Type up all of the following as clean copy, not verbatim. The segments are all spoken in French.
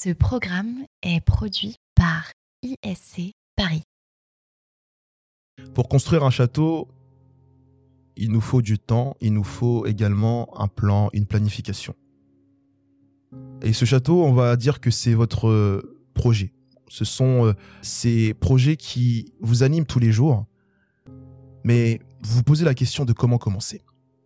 Ce programme est produit par ISC Paris. Pour construire un château, il nous faut du temps, il nous faut également un plan, une planification. Et ce château, on va dire que c'est votre projet. Ce sont ces projets qui vous animent tous les jours, mais vous vous posez la question de comment commencer.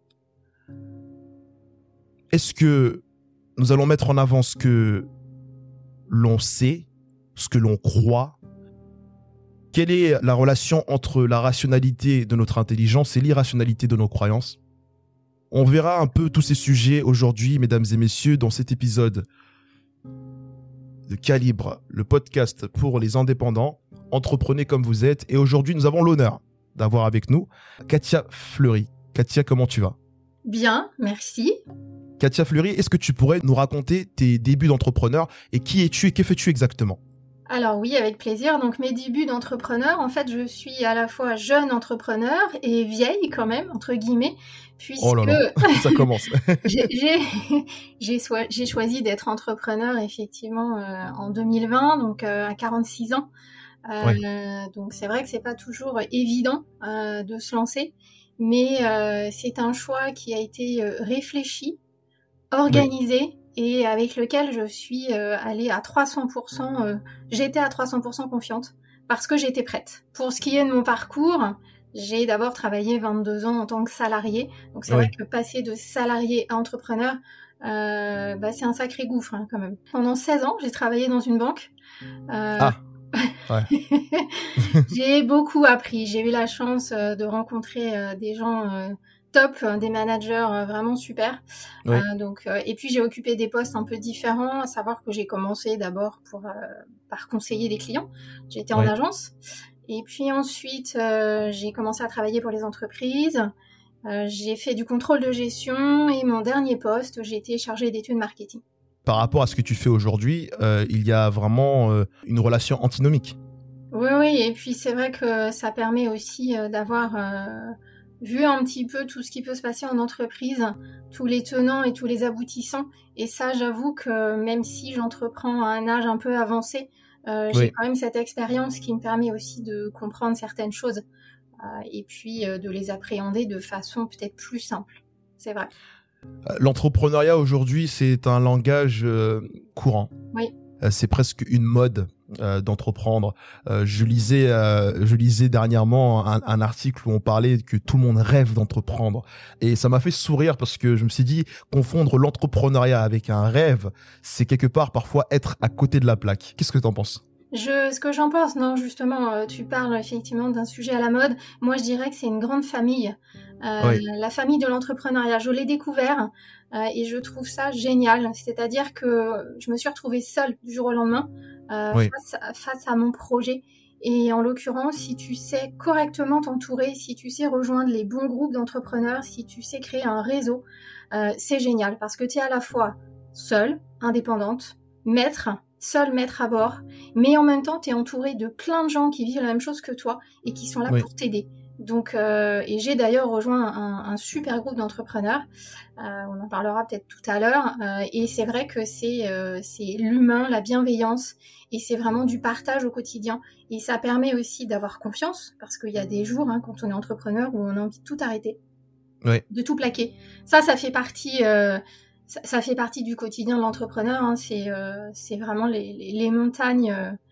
Est-ce que nous allons mettre en avant ce que l'on sait, ce que l'on croit? Quelle est la relation entre la rationalité de notre intelligence et l'irrationalité de nos croyances? On verra un peu tous ces sujets aujourd'hui, mesdames et messieurs, dans cet épisode de Calibre, le podcast pour les indépendants. Entreprenez comme vous êtes. Et aujourd'hui, nous avons l'honneur d'avoir avec nous Katia Fleury. Katia, comment tu vas? Bien, merci. Katia Fleury, est-ce que tu pourrais nous raconter tes débuts d'entrepreneur et qui es-tu et que fais-tu exactement? Alors oui, avec plaisir. Donc mes débuts d'entrepreneur, en fait, je suis à la fois jeune entrepreneur et vieille quand même, entre guillemets, puisque oh là là, ça commence. j'ai choisi d'être entrepreneur effectivement en 2020, donc à 46 ans. Oui. Donc c'est vrai que c'est pas toujours évident de se lancer, mais c'est un choix qui a été réfléchi, organisé. Oui. Et avec lequel je suis allée à 300%, j'étais à 300% confiante parce que j'étais prête. Pour ce qui est de mon parcours, j'ai d'abord travaillé 22 ans en tant que salarié. Donc c'est vrai que passer de salarié à entrepreneur, c'est un sacré gouffre quand même. Pendant 16 ans, j'ai travaillé dans une banque. Ouais. J'ai beaucoup appris. J'ai eu la chance de rencontrer des gens top, des managers vraiment super. Oui. Et puis j'ai occupé des postes un peu différents, à savoir que j'ai commencé d'abord par conseiller des clients. J'étais en agence. Et puis ensuite, j'ai commencé à travailler pour les entreprises. J'ai fait du contrôle de gestion et mon dernier poste, j'ai été chargée d'études marketing. Par rapport à ce que tu fais aujourd'hui, il y a vraiment une relation antinomique. Oui, et puis c'est vrai que ça permet aussi d'avoir vu un petit peu tout ce qui peut se passer en entreprise, tous les tenants et tous les aboutissants. Et ça, j'avoue que même si j'entreprends à un âge un peu avancé, j'ai quand même cette expérience qui me permet aussi de comprendre certaines choses et puis de les appréhender de façon peut-être plus simple. C'est vrai. L'entrepreneuriat aujourd'hui, c'est un langage courant. Oui. C'est presque une mode d'entreprendre. Je lisais dernièrement un article où on parlait que tout le monde rêve d'entreprendre. Et ça m'a fait sourire parce que je me suis dit, confondre l'entrepreneuriat avec un rêve, c'est quelque part parfois être à côté de la plaque. Qu'est-ce que tu en penses ? Ce que j'en pense, non, justement, tu parles effectivement d'un sujet à la mode. Moi, je dirais que c'est une grande famille. La famille de l'entrepreneuriat. Je l'ai découvert et je trouve ça génial. C'est-à-dire que je me suis retrouvée seule du jour au lendemain face à mon projet. Et en l'occurrence, si tu sais correctement t'entourer, si tu sais rejoindre les bons groupes d'entrepreneurs, si tu sais créer un réseau, c'est génial parce que tu es à la fois seule, indépendante, seul maître à bord, mais en même temps, tu es entouré de plein de gens qui vivent la même chose que toi et qui sont là pour t'aider. Donc, et j'ai d'ailleurs rejoint un super groupe d'entrepreneurs, on en parlera peut-être tout à l'heure, et c'est vrai que c'est l'humain, la bienveillance, et c'est vraiment du partage au quotidien. Et ça permet aussi d'avoir confiance, parce qu'il y a des jours, quand on est entrepreneur, où on a envie de tout arrêter, de tout plaquer. Ça fait partie... Ça fait partie du quotidien de l'entrepreneur, c'est vraiment les montagnes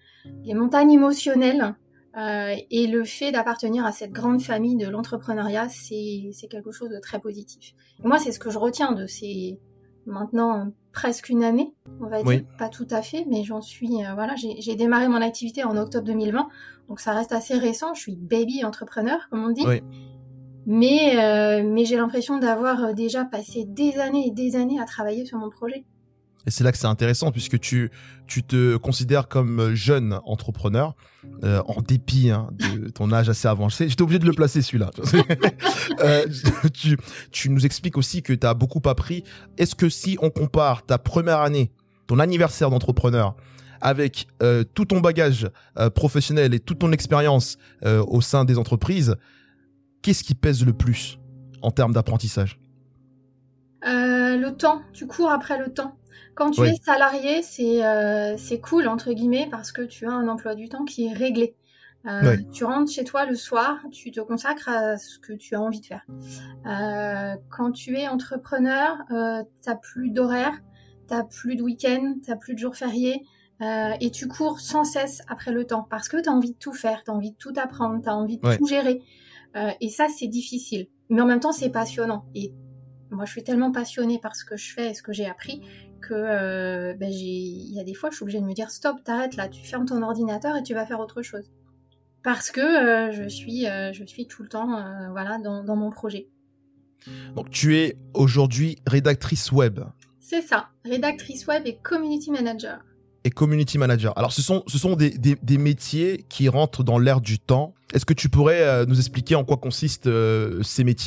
émotionnelles et le fait d'appartenir à cette grande famille de l'entrepreneuriat, c'est quelque chose de très positif. Et moi, c'est ce que je retiens de ces maintenant presque une année, on va dire, pas tout à fait, mais j'en suis, j'ai démarré mon activité en octobre 2020, donc ça reste assez récent, je suis baby entrepreneur, comme on dit. Mais j'ai l'impression d'avoir déjà passé des années et des années à travailler sur mon projet. Et c'est là que c'est intéressant puisque tu te considères comme jeune entrepreneur en dépit de ton âge assez avancé. J'étais obligé de le placer celui-là. Tu nous expliques aussi que tu as beaucoup appris. Est-ce que si on compare ta première année, ton anniversaire d'entrepreneur, avec tout ton bagage professionnel et toute ton expérience au sein des entreprises, qu'est-ce qui pèse le plus en termes d'apprentissage ? Le le temps, tu cours après le temps. Quand tu es salarié, c'est cool, entre guillemets, parce que tu as un emploi du temps qui est réglé. Tu rentres chez toi le soir, tu te consacres à ce que tu as envie de faire. Quand tu es entrepreneur, t'as plus d'horaire, t'as plus de week-end, t'as plus de jours fériés, et tu cours sans cesse après le temps parce que t'as envie de tout faire, t'as envie de tout apprendre, t'as envie de tout gérer. Et ça, c'est difficile. Mais en même temps, c'est passionnant. Et moi, je suis tellement passionnée par ce que je fais et ce que j'ai appris que il y a des fois, je suis obligée de me dire stop, t'arrêtes là, tu fermes ton ordinateur et tu vas faire autre chose. Parce que je suis tout le temps dans mon projet. Donc tu es aujourd'hui rédactrice web. C'est ça, rédactrice web et community manager. Et community manager. Alors ce sont des métiers qui rentrent dans l'ère du temps. Est-ce que tu pourrais nous expliquer en quoi consistent ces métiers ?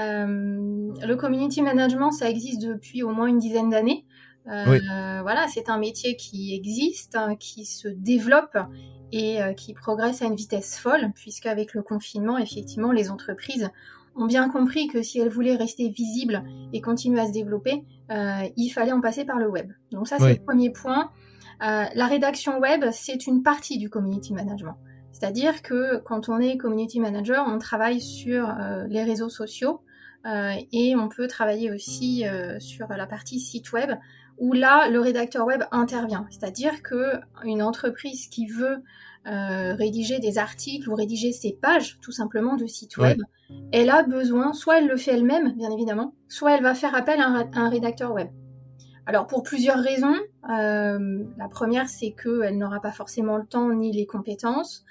Le community management, ça existe depuis au moins une dizaine d'années. Voilà, c'est un métier qui existe, qui se développe et qui progresse à une vitesse folle, puisqu'avec le confinement, effectivement, les entreprises ont bien compris que si elles voulaient rester visibles et continuer à se développer, il fallait en passer par le web. Donc ça, c'est le premier point. La rédaction web, c'est une partie du community management. C'est-à-dire que quand on est community manager, on travaille sur les réseaux sociaux et on peut travailler aussi sur la partie site web, où là, le rédacteur web intervient. C'est-à-dire qu'une entreprise qui veut rédiger des articles ou rédiger ses pages, tout simplement, de site web, elle a besoin, soit elle le fait elle-même, bien évidemment, soit elle va faire appel à un rédacteur web. Alors, pour plusieurs raisons. La première, c'est qu'elle n'aura pas forcément le temps ni les compétences.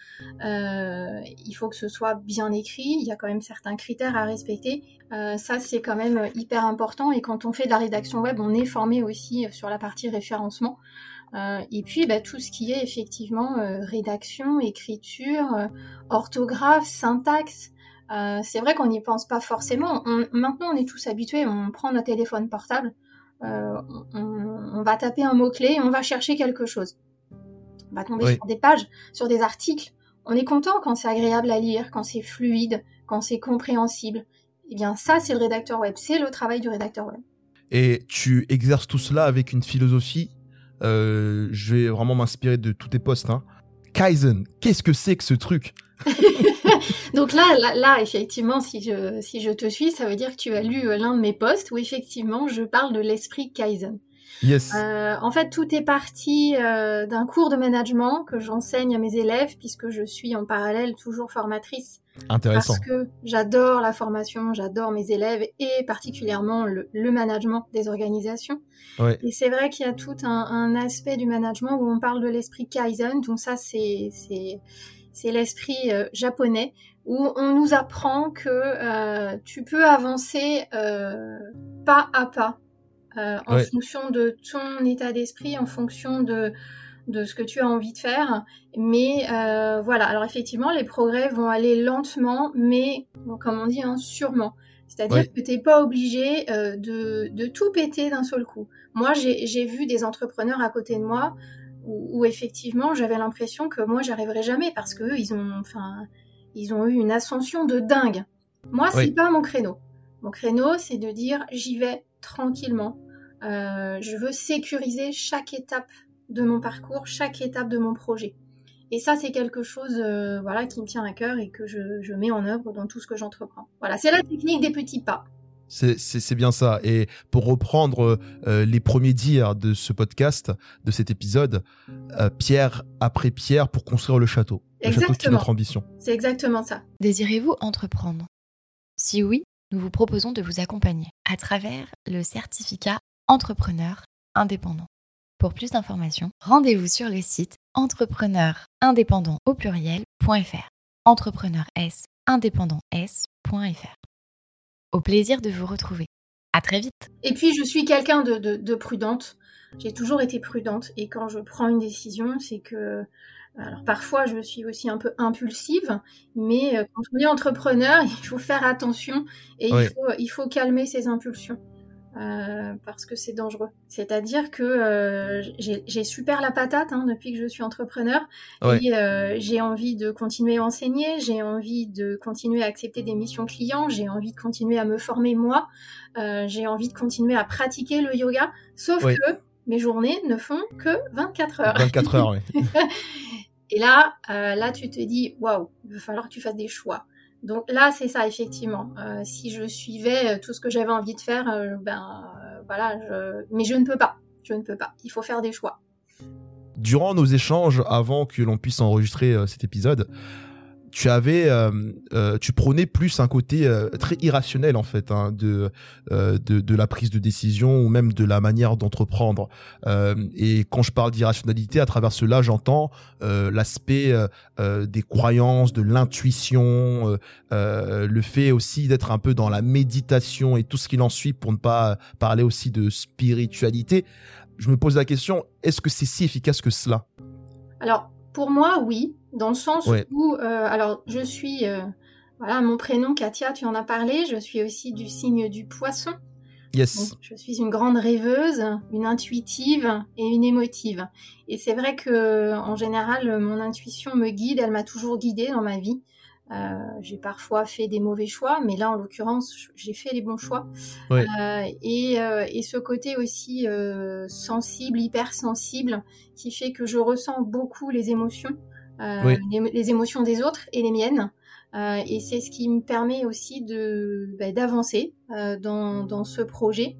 Il faut que ce soit bien écrit. Il y a quand même certains critères à respecter. Ça, c'est quand même hyper important. Et quand on fait de la rédaction web, on est formé aussi sur la partie référencement. Et puis, tout ce qui est effectivement rédaction, écriture, orthographe, syntaxe. C'est vrai qu'on n'y pense pas forcément. Maintenant, on est tous habitués. On prend notre téléphone portable. On va taper un mot-clé et on va chercher quelque chose. On va tomber sur des pages, sur des articles. On est content quand c'est agréable à lire, quand c'est fluide, quand c'est compréhensible. Eh bien, ça, c'est le rédacteur web. C'est le travail du rédacteur web. Et tu exerces tout cela avec une philosophie. Je vais vraiment m'inspirer de tous tes posts. Kaizen, qu'est-ce que c'est que ce truc ? Donc là, effectivement, si je te suis, ça veut dire que tu as lu l'un de mes posts où effectivement je parle de l'esprit Kaizen. Yes. En fait, tout est parti d'un cours de management que j'enseigne à mes élèves puisque je suis en parallèle toujours formatrice. Intéressant. Parce que j'adore la formation, j'adore mes élèves et particulièrement le management des organisations. Et c'est vrai qu'il y a tout un aspect du management où on parle de l'esprit Kaizen. Donc ça, c'est l'esprit japonais où on nous apprend que tu peux avancer pas à pas en fonction de ton état d'esprit, en fonction de ce que tu as envie de faire. Mais voilà, alors effectivement, les progrès vont aller lentement, mais comme on dit, sûrement. C'est-à-dire que tu n'es pas obligé de tout péter d'un seul coup. Moi, j'ai vu des entrepreneurs à côté de moi où effectivement j'avais l'impression que moi j'arriverais jamais parce que eux ils ont eu une ascension de dingue. Moi c'est pas mon créneau. Mon créneau c'est de dire j'y vais tranquillement. Je veux sécuriser chaque étape de mon parcours, chaque étape de mon projet. Et ça c'est quelque chose qui me tient à cœur et que je mets en œuvre dans tout ce que j'entreprends. Voilà, c'est la technique des petits pas. C'est bien ça. Et pour reprendre les premiers dires de ce podcast, de cet épisode, pierre après pierre pour construire le château. Le château qui est notre ambition. C'est exactement ça. Désirez-vous entreprendre ? Si oui, nous vous proposons de vous accompagner à travers le certificat Entrepreneur Indépendant. Pour plus d'informations, rendez-vous sur le site entrepreneurindépendant.fr. entrepreneursindépendants.fr. Au plaisir de vous retrouver. À très vite. Et puis, je suis quelqu'un de prudente. J'ai toujours été prudente. Et quand je prends une décision, c'est que... Alors, parfois, je suis aussi un peu impulsive. Mais quand on est entrepreneur, il faut faire attention. Et il faut calmer ses impulsions. parce que c'est dangereux. C'est-à-dire que j'ai super la patate depuis que je suis entrepreneur, et j'ai envie de continuer à enseigner, j'ai envie de continuer à accepter des missions clients, j'ai envie de continuer à me former moi, j'ai envie de continuer à pratiquer le yoga, sauf que mes journées ne font que 24 heures. 24 heures, oui. Et là, tu te dis, waouh, il va falloir que tu fasses des choix. Donc là, c'est ça, effectivement. Si je suivais tout ce que j'avais envie de faire, mais je ne peux pas. Je ne peux pas. Il faut faire des choix. Durant nos échanges, avant que l'on puisse enregistrer cet épisode, tu prônais plus un côté très irrationnel en fait de la prise de décision ou même de la manière d'entreprendre. Et quand je parle d'irrationalité, à travers cela, j'entends l'aspect des croyances, de l'intuition, le fait aussi d'être un peu dans la méditation et tout ce qui en suit, pour ne pas parler aussi de spiritualité. Je me pose la question, est-ce que c'est si efficace que cela ? Alors, pour moi, oui, dans le sens où, alors, je suis, mon prénom, Katia, tu en as parlé, je suis aussi du signe du poisson. Yes. Donc, je suis une grande rêveuse, une intuitive et une émotive. Et c'est vrai que, en général, mon intuition me guide, elle m'a toujours guidée dans ma vie. J'ai parfois fait des mauvais choix, mais là, en l'occurrence, j'ai fait les bons choix. Et ce côté aussi sensible, hypersensible, qui fait que je ressens beaucoup les émotions, les émotions des autres et les miennes. Et c'est ce qui me permet aussi d'avancer dans ce projet.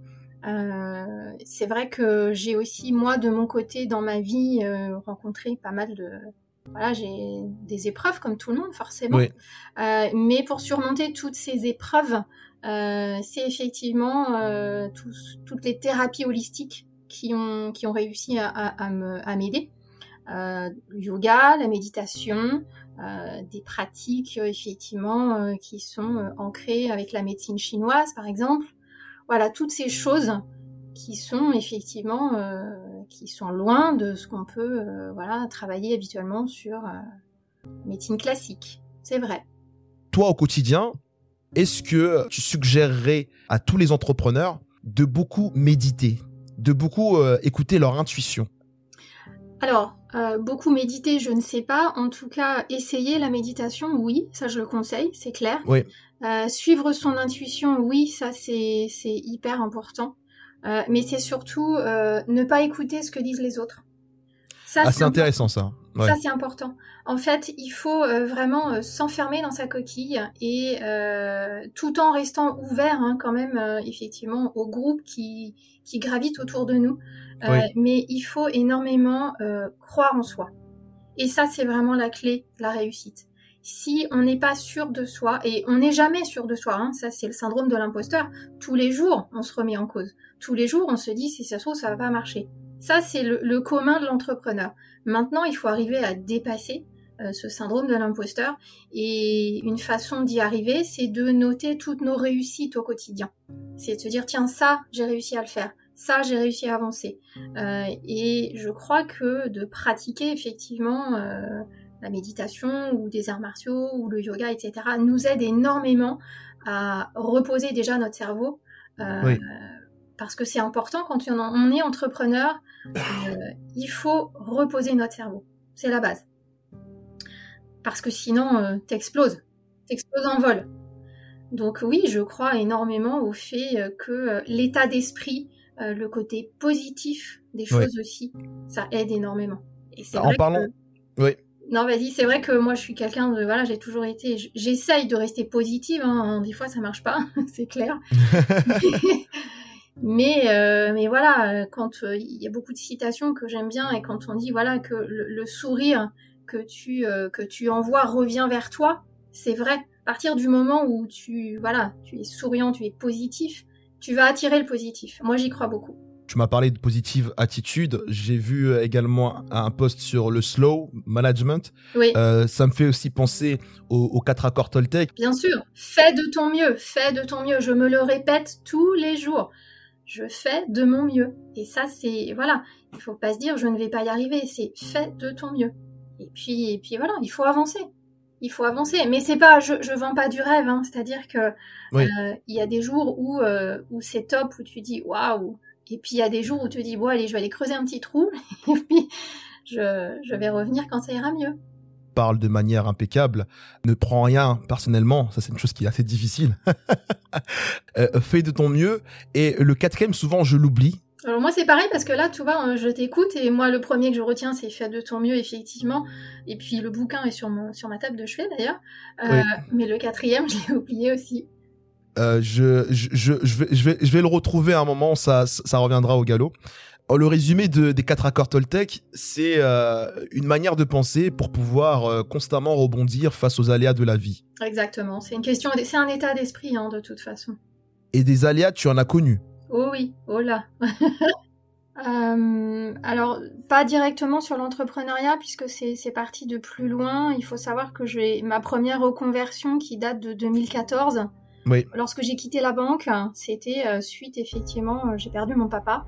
C'est vrai que j'ai aussi, moi, de mon côté, dans ma vie, rencontré pas mal de... Voilà, j'ai des épreuves comme tout le monde, forcément. Mais pour surmonter toutes ces épreuves, c'est effectivement toutes les thérapies holistiques qui ont réussi à m'aider. Le yoga, la méditation, des pratiques effectivement qui sont ancrées avec la médecine chinoise, par exemple. Voilà, toutes ces choses qui sont effectivement qui sont loin de ce qu'on peut travailler habituellement sur médecine classique. C'est vrai. Toi, au quotidien, est-ce que tu suggérerais à tous les entrepreneurs de beaucoup méditer, de beaucoup écouter leur intuition ? Alors, beaucoup méditer, je ne sais pas. En tout cas, essayer la méditation, oui, ça je le conseille, c'est clair. Suivre son intuition, oui, ça c'est hyper important. Mais c'est surtout ne pas écouter ce que disent les autres. Ça, c'est intéressant ça. Ça, c'est important. En fait, il faut vraiment s'enfermer dans sa coquille et tout en restant ouvert quand même, effectivement, aux groupes qui gravitent autour de nous. Mais il faut énormément croire en soi. Et ça, c'est vraiment la clé de la réussite. Si on n'est pas sûr de soi, et on n'est jamais sûr de soi, ça c'est le syndrome de l'imposteur, tous les jours on se remet en cause. Tous les jours on se dit si ça se trouve ça va pas marcher. Ça c'est le commun de l'entrepreneur. Maintenant il faut arriver à dépasser ce syndrome de l'imposteur, et une façon d'y arriver c'est de noter toutes nos réussites au quotidien. C'est de se dire tiens ça j'ai réussi à le faire, ça j'ai réussi à avancer. Et je crois que de pratiquer effectivement la méditation ou des arts martiaux ou le yoga, etc., nous aide énormément à reposer déjà notre cerveau. Parce que c'est important quand on est entrepreneur, il faut reposer notre cerveau. C'est la base. Parce que sinon, t'exploses en vol. Donc oui, je crois énormément au fait que l'état d'esprit, le côté positif des choses aussi, ça aide énormément. Et c'est vrai que... Non, vas-y, c'est vrai que moi, je suis quelqu'un de... Voilà, j'ai toujours été... J'essaye de rester positive, des fois, ça marche pas, c'est clair. mais voilà, quand il y a beaucoup de citations que j'aime bien, et quand on dit, voilà, que le sourire que tu envoies revient vers toi, c'est vrai. À partir du moment où tu es souriant, tu es positif, tu vas attirer le positif. Moi, j'y crois beaucoup. Tu m'as parlé de positive attitude. J'ai vu également un post sur le slow management. Ça me fait aussi penser aux 4 accords Toltec. Bien sûr, fais de ton mieux, fais de ton mieux. Je me le répète tous les jours. Je fais de mon mieux. Et ça, c'est... Voilà, il faut pas se dire je ne vais pas y arriver. C'est fais de ton mieux. Et puis voilà, il faut avancer. il faut avancer. Mais c'est pas, je vends pas du rêve, hein. C'est-à-dire que il y a des jours où c'est top, où tu dis waouh, et puis il y a des jours où tu dis bon allez, je vais aller creuser un petit trou, et puis je vais revenir quand ça ira mieux. Parle de manière impeccable, ne prends rien personnellement, ça c'est une chose qui est assez difficile. Fais de ton mieux. Et le quatrième, souvent je l'oublie. Alors moi c'est pareil parce que là tu vois, je t'écoute et moi le premier que je retiens c'est fais de ton mieux effectivement, et puis le bouquin est sur ma table de chevet d'ailleurs, mais le quatrième je l'ai oublié aussi. Je vais le retrouver à un moment, ça reviendra au galop. Le résumé des 4 accords Toltec, c'est une manière de penser pour pouvoir constamment rebondir face aux aléas de la vie. Exactement, c'est un état d'esprit hein, de toute façon. Et des aléas, tu en as connu? Oh oui, oh là. Alors, pas directement sur l'entrepreneuriat puisque c'est parti de plus loin. Il faut savoir que j'ai ma première reconversion qui date de 2014. Oui. Lorsque j'ai quitté la banque, c'était suite effectivement, j'ai perdu mon papa.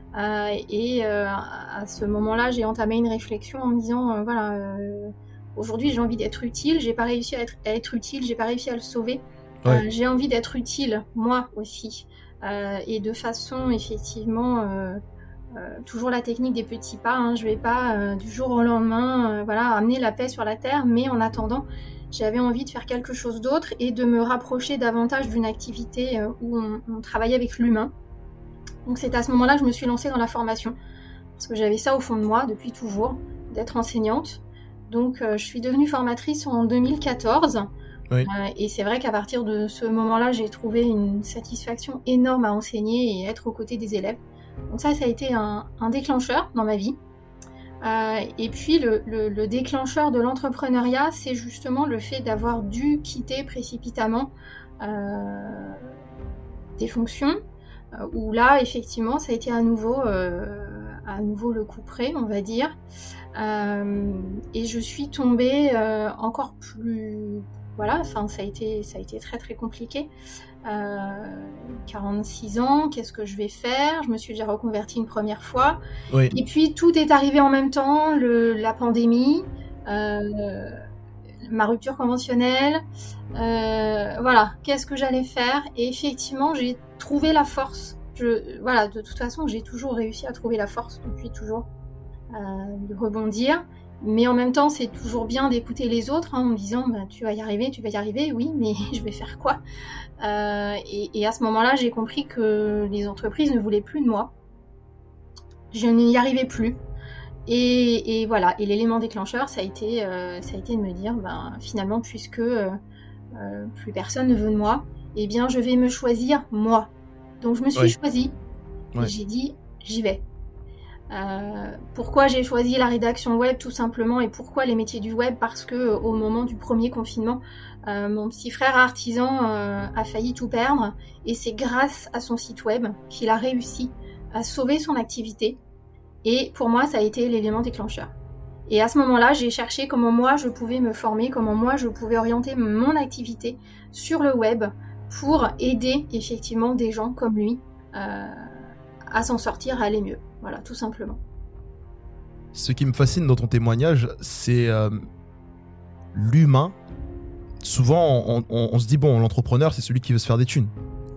À ce moment-là, j'ai entamé une réflexion en me disant, aujourd'hui j'ai envie d'être utile, j'ai pas réussi à être utile, j'ai pas réussi à le sauver. Ouais. J'ai envie d'être utile, moi aussi. Et de façon, effectivement, toujours la technique des petits pas, hein, je vais pas du jour au lendemain amener la paix sur la terre, mais en attendant, j'avais envie de faire quelque chose d'autre et de me rapprocher davantage d'une activité où on travaillait avec l'humain. Donc c'est à ce moment-là que je me suis lancée dans la formation, parce que j'avais ça au fond de moi depuis toujours, d'être enseignante. Donc je suis devenue formatrice en 2014, oui. Et c'est vrai qu'à partir de ce moment-là, j'ai trouvé une satisfaction énorme à enseigner et être aux côtés des élèves. Donc ça a été un déclencheur dans ma vie. Et puis le déclencheur de l'entrepreneuriat, c'est justement le fait d'avoir dû quitter précipitamment des fonctions, où là, effectivement, ça a été à nouveau le coup près, on va dire. Et je suis tombée encore plus... Voilà, enfin, ça a été très, très compliqué. 46 ans, qu'est-ce que je vais faire? Je me suis déjà reconvertie une première fois. Oui. Et puis, tout est arrivé en même temps, la pandémie, ma rupture conventionnelle. Voilà, qu'est-ce que j'allais faire? Et effectivement, j'ai trouvé la force. De toute façon, j'ai toujours réussi à trouver la force depuis toujours de rebondir. Mais en même temps, c'est toujours bien d'écouter les autres en me disant tu vas y arriver, oui, mais je vais faire quoi? Et à ce moment-là, j'ai compris que les entreprises ne voulaient plus de moi. Je n'y arrivais plus. Et voilà. Et l'élément déclencheur, ça a été de me dire finalement, puisque plus personne ne veut de moi, eh bien, je vais me choisir moi. Donc, je me suis choisie. Ouais. Et j'ai dit j'y vais. Pourquoi j'ai choisi la rédaction web tout simplement, et pourquoi les métiers du web? Parce que au moment du premier confinement, mon petit frère artisan a failli tout perdre, et c'est grâce à son site web qu'il a réussi à sauver son activité, et pour moi ça a été l'élément déclencheur. Et à ce moment-là, j'ai cherché comment moi je pouvais me former, comment moi je pouvais orienter mon activité sur le web pour aider effectivement des gens comme lui à s'en sortir, à aller mieux. Voilà, tout simplement. Ce qui me fascine dans ton témoignage, c'est l'humain. Souvent, on se dit, bon, l'entrepreneur, c'est celui qui veut se faire des thunes.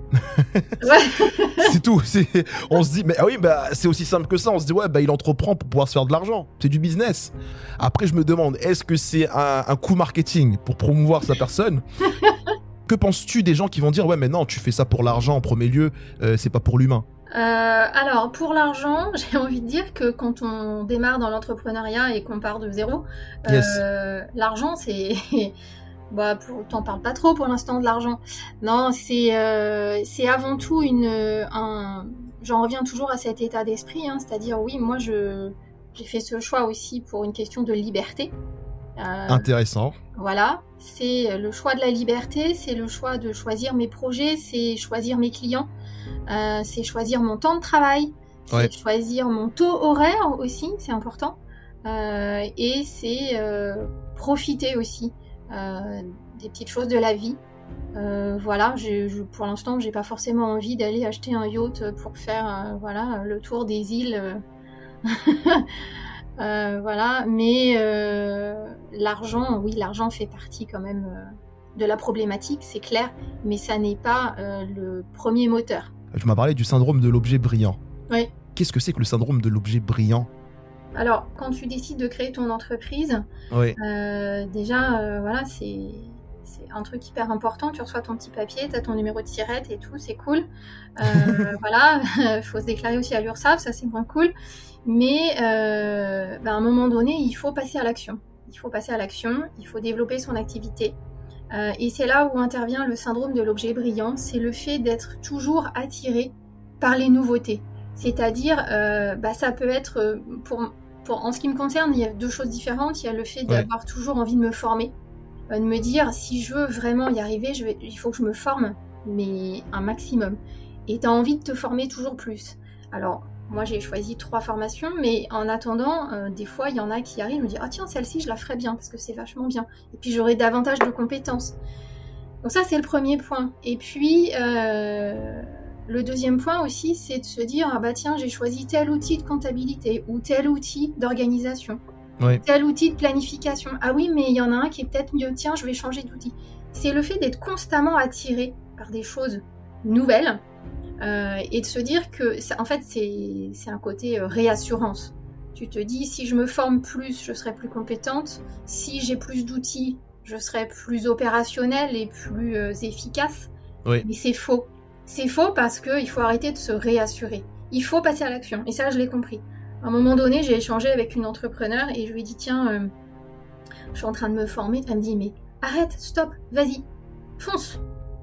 Ouais. C'est tout. On se dit, mais oui, c'est aussi simple que ça. On se dit, il entreprend pour pouvoir se faire de l'argent. C'est du business. Après, je me demande, est-ce que c'est un coup marketing pour promouvoir sa personne? Que penses-tu des gens qui vont dire, ouais, mais non, tu fais ça pour l'argent en premier lieu, c'est pas pour l'humain? Alors, pour l'argent, j'ai envie de dire que quand on démarre dans l'entrepreneuriat et qu'on part de zéro, l'argent, c'est... t'en parles pas trop pour l'instant de l'argent. Non, c'est avant tout j'en reviens toujours à cet état d'esprit, hein, c'est-à-dire, oui, moi, j'ai fait ce choix aussi pour une question de liberté. Intéressant. Voilà, c'est le choix de la liberté, c'est le choix de choisir mes projets, c'est choisir mes clients, c'est choisir mon temps de travail, c'est choisir mon taux horaire aussi, c'est important, et c'est profiter aussi des petites choses de la vie. Voilà, pour l'instant, j'ai pas forcément envie d'aller acheter un yacht pour faire le tour des îles Voilà, mais l'argent, oui, l'argent fait partie quand même de la problématique, c'est clair, mais ça n'est pas le premier moteur. Tu m'as parlé du syndrome de l'objet brillant. Oui. Qu'est-ce que c'est que le syndrome de l'objet brillant ? Alors, quand tu décides de créer ton entreprise, Oui. déjà, voilà, c'est un truc hyper important. Tu reçois ton petit papier, tu as ton numéro de tirette et tout, c'est cool. Voilà, faut se déclarer aussi à l'URSSAF, ça c'est moins cool. Mais à un moment donné, il faut passer à l'action. Il faut développer son activité. Et c'est là où intervient le syndrome de l'objet brillant. C'est le fait d'être toujours attiré par les nouveautés. C'est-à-dire, ça peut être, en ce qui me concerne, il y a deux choses différentes. Il y a le fait d'avoir toujours envie de me former, de me dire, si je veux vraiment y arriver, il faut que je me forme, mais un maximum. Et tu as envie de te former toujours plus. Alors, moi, j'ai choisi 3 formations, mais en attendant, des fois, il y en a qui arrivent, je me dis, ah tiens, celle-ci, je la ferais bien, parce que c'est vachement bien. Et puis, j'aurai davantage de compétences. Donc ça, c'est le premier point. Et puis, le deuxième point aussi, c'est de se dire, ah bah tiens, j'ai choisi tel outil de comptabilité, ou tel outil d'organisation, tel outil de planification. Ah oui, mais il y en a un qui est peut-être mieux, tiens, je vais changer d'outil. C'est le fait d'être constamment attiré par des choses nouvelles, et de se dire que, en fait, c'est un côté réassurance. Tu te dis, si je me forme plus, je serai plus compétente. Si j'ai plus d'outils, je serai plus opérationnelle et plus efficace. Oui. Mais c'est faux. C'est faux parce qu'il faut arrêter de se réassurer. Il faut passer à l'action. Et ça, je l'ai compris. À un moment donné, j'ai échangé avec une entrepreneur et je lui ai dit, tiens, je suis en train de me former. Elle me dit, mais arrête, stop, vas-y, fonce.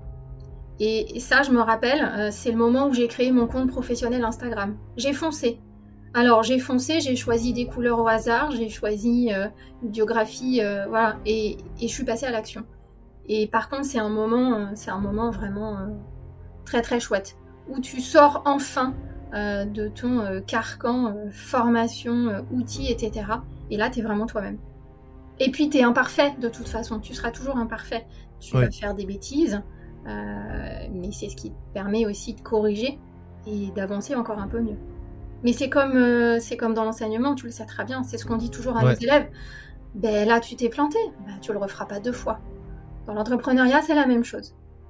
Et ça, je me rappelle, c'est le moment où j'ai créé mon compte professionnel Instagram. J'ai foncé. Alors, j'ai foncé, j'ai choisi des couleurs au hasard, j'ai choisi une biographie, voilà, et je suis passée à l'action. Et par contre, c'est un moment vraiment très très chouette, où tu sors enfin de ton carcan, formation, outils, etc. Et là, t'es vraiment toi-même. Et puis, t'es imparfait de toute façon, tu seras toujours imparfait. Tu vas faire des bêtises, mais c'est ce qui te permet aussi de corriger et d'avancer encore un peu mieux. Mais c'est comme dans l'enseignement, tu le sais très bien, c'est ce qu'on dit toujours à nos élèves. Ben là, tu t'es planté, tu le referas pas 2 fois. Dans l'entrepreneuriat, c'est la même chose.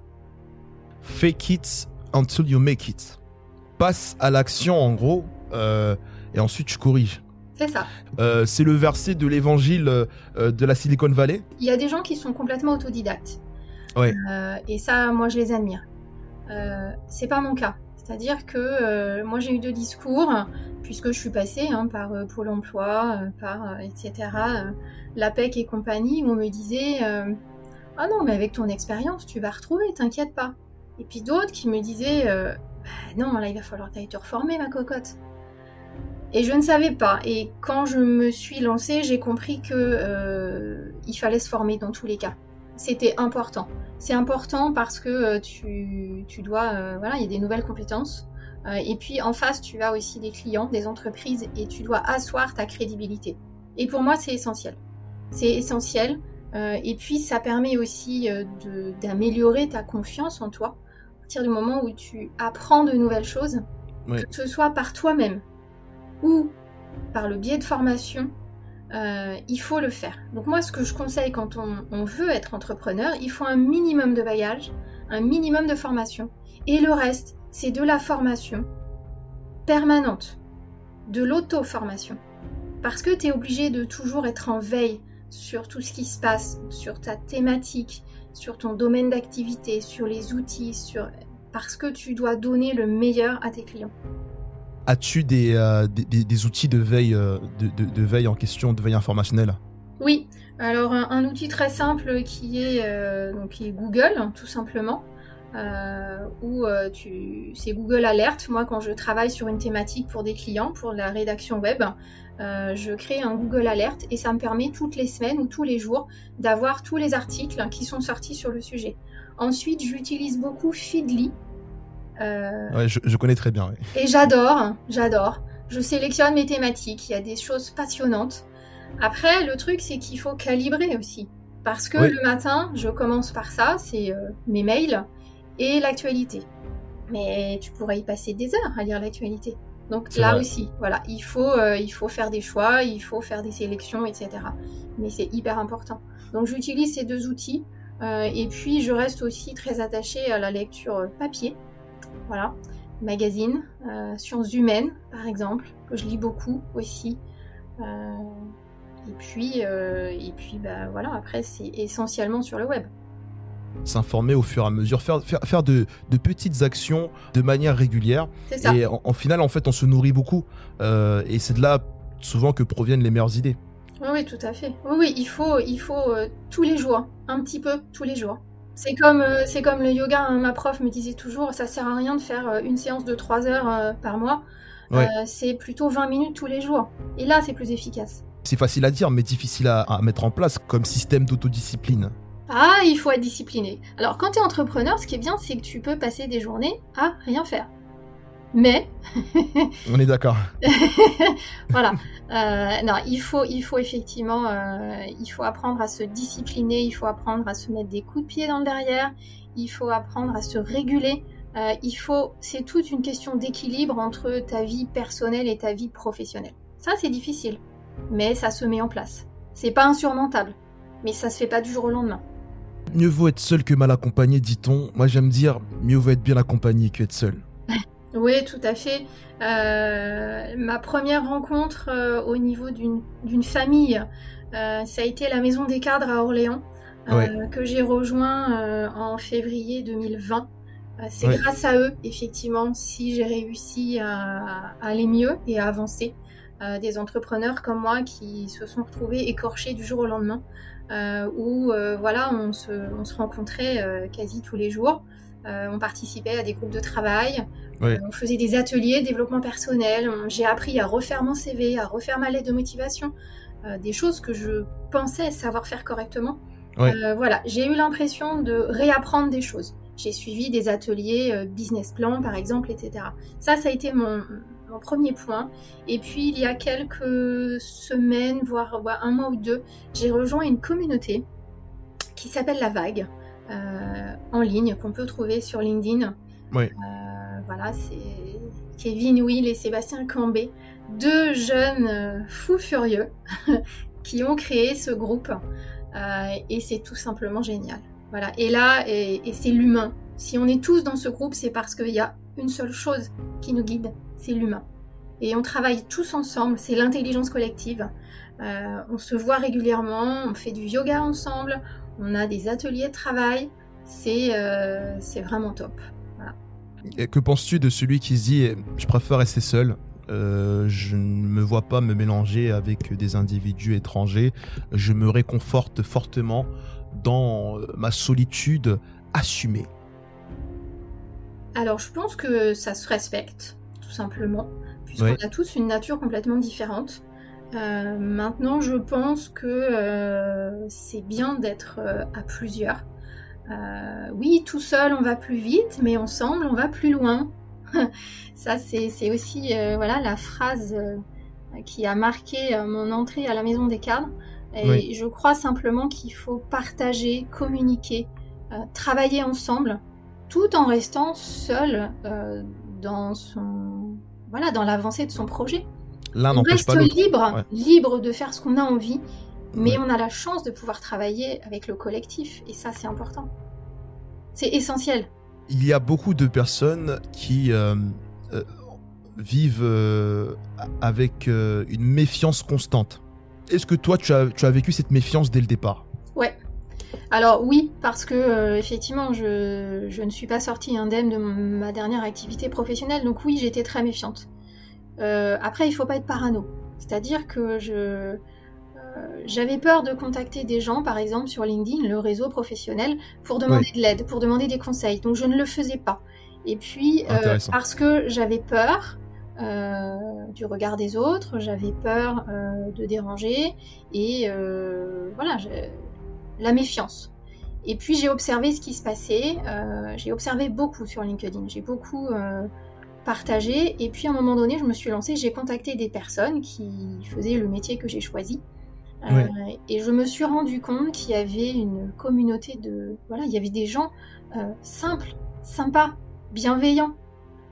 Fake it until you make it. Passe à l'action, en gros, et ensuite tu corriges. C'est ça. C'est le verset de l'évangile de la Silicon Valley. Il y a des gens qui sont complètement autodidactes. Ouais. Et ça, moi, je les admire. C'est pas mon cas. C'est-à-dire que moi, j'ai eu 2 discours, puisque je suis passée par Pôle emploi, par etc., l'APEC et compagnie, où on me disait « Ah non, mais avec ton expérience, tu vas retrouver, t'inquiète pas ». Et puis d'autres qui me disaient « Non, là, il va falloir que tu ailles te reformer, ma cocotte ». Et je ne savais pas. Et quand je me suis lancée, j'ai compris que il fallait se former dans tous les cas. C'était important. C'est important parce que tu dois... voilà, il y a des nouvelles compétences. Et puis en face, tu as aussi des clients, des entreprises, et tu dois asseoir ta crédibilité. Et pour moi, c'est essentiel. C'est essentiel. Et puis, ça permet aussi d'améliorer ta confiance en toi. À partir du moment où tu apprends de nouvelles choses, que ce soit par toi-même ou par le biais de formation, il faut le faire. Donc moi, ce que je conseille quand on veut être entrepreneur, il faut un minimum de bagage, un minimum de formation. Et le reste, c'est de la formation permanente, de l'auto-formation. Parce que tu es obligé de toujours être en veille sur tout ce qui se passe, sur ta thématique, sur ton domaine d'activité, sur les outils, parce que tu dois donner le meilleur à tes clients. As-tu des outils de veille, de veille en question, de veille informationnelle ? Oui, alors un outil très simple qui est Google, tout simplement, c'est Google Alert. Moi, quand je travaille sur une thématique pour des clients, pour la rédaction web, je crée un Google Alert et ça me permet toutes les semaines ou tous les jours d'avoir tous les articles qui sont sortis sur le sujet. Ensuite, j'utilise beaucoup Feedly. Ouais, je connais très bien. Ouais. Et j'adore. Je sélectionne mes thématiques. Il y a des choses passionnantes. Après, le truc, c'est qu'il faut calibrer aussi. Parce que le matin, je commence par ça, c'est mes mails et l'actualité. Mais tu pourrais y passer des heures à lire l'actualité. Donc C'est là vrai. aussi, voilà, il faut faire des choix, il faut faire des sélections, etc. Mais c'est hyper important. Donc j'utilise ces 2 outils et puis je reste aussi très attachée à la lecture papier, voilà, magazines, sciences humaines par exemple, que je lis beaucoup aussi. Et puis bah, voilà, après c'est essentiellement sur le web. S'informer au fur et à mesure, faire de petites actions de manière régulière. C'est ça. Et en final, en fait, on se nourrit beaucoup. Et c'est de là, souvent, que proviennent les meilleures idées. Oui, tout à fait. Oui, il faut tous les jours, un petit peu tous les jours. C'est comme le yoga, hein. Ma prof me disait toujours, ça sert à rien de faire une séance de 3 heures par mois. Ouais. C'est plutôt 20 minutes tous les jours. Et là, c'est plus efficace. C'est facile à dire, mais difficile à mettre en place comme système d'autodiscipline. Ah, il faut être discipliné. Alors, quand tu es entrepreneur, ce qui est bien, c'est que tu peux passer des journées à rien faire. Mais, On est d'accord. voilà, non, il faut effectivement, il faut apprendre à se discipliner, il faut apprendre à se mettre des coups de pied dans le derrière, il faut apprendre à se réguler. C'est toute une question d'équilibre entre ta vie personnelle et ta vie professionnelle. Ça, c'est difficile, mais ça se met en place. C'est pas insurmontable, mais ça se fait pas du jour au lendemain. Mieux vaut être seul que mal accompagné, dit-on. Moi, j'aime dire, mieux vaut être bien accompagné que être seul. Oui, tout à fait. Ma première rencontre au niveau d'une famille, ça a été la Maison des Cadres à Orléans, Ouais. que j'ai rejoint en février 2020. C'est Ouais. grâce à eux, effectivement, si j'ai réussi à aller mieux et à avancer. Des entrepreneurs comme moi qui se sont retrouvés écorchés du jour au lendemain, où voilà, on se rencontrait quasi tous les jours. On participait à des groupes de travail, Ouais. on faisait des ateliers de développement personnel, j'ai appris à refaire mon CV, à refaire ma lettre de motivation, des choses que je pensais savoir faire correctement. Ouais. Voilà, j'ai eu l'impression de réapprendre des choses. J'ai suivi des ateliers business plan, par exemple, etc. Ça a été mon premier point. Et puis, il y a quelques semaines, voire un mois ou 2, j'ai rejoint une communauté qui s'appelle La Vague, en ligne, qu'on peut trouver sur LinkedIn. Ouais. Voilà, c'est Kevin Will et Sébastien Cambé, 2 jeunes fous furieux qui ont créé ce groupe. Et c'est tout simplement génial. Voilà. Et là, et c'est l'humain. Si on est tous dans ce groupe, c'est parce qu'il y a une seule chose qui nous guide, c'est l'humain. Et on travaille tous ensemble, c'est l'intelligence collective. On se voit régulièrement, on fait du yoga ensemble, on a des ateliers de travail. C'est vraiment top. Voilà. Et que penses-tu de celui qui se dit « Je préfère rester seul, je ne me vois pas me mélanger avec des individus étrangers, je me réconforte fortement dans ma solitude assumée ». Alors, je pense que ça se respecte, tout simplement, puisqu'on a tous une nature complètement différente. Maintenant, je pense que c'est bien d'être à plusieurs. Oui, tout seul, on va plus vite, mais ensemble, on va plus loin. Ça, c'est aussi voilà, la phrase qui a marqué mon entrée à la Maison des Cadres. Et je crois simplement qu'il faut partager, communiquer, travailler ensemble, tout en restant seul dans l'avancée de son projet. L'un On n'empêche reste pas l'autre. libre de faire ce qu'on a envie, mais on a la chance de pouvoir travailler avec le collectif, et ça, c'est important. C'est essentiel. Il y a beaucoup de personnes qui vivent avec une méfiance constante. Est-ce que toi, tu as vécu cette méfiance dès le départ ? Ouais. Alors oui, parce que effectivement, je ne suis pas sortie indemne de ma dernière activité professionnelle, donc oui, j'étais très méfiante. Après, il faut pas être parano. C'est-à-dire que j'avais peur de contacter des gens, par exemple sur LinkedIn, le réseau professionnel, pour demander de l'aide, pour demander des conseils. Donc je ne le faisais pas. Et puis, parce que j'avais peur du regard des autres, j'avais peur de déranger, et voilà, la méfiance. Et puis j'ai observé ce qui se passait, j'ai observé beaucoup sur LinkedIn, j'ai beaucoup partagé, et puis à un moment donné je me suis lancée, j'ai contacté des personnes qui faisaient le métier que j'ai choisi, et je me suis rendu compte qu'il y avait une communauté il y avait des gens simples, sympas, bienveillants,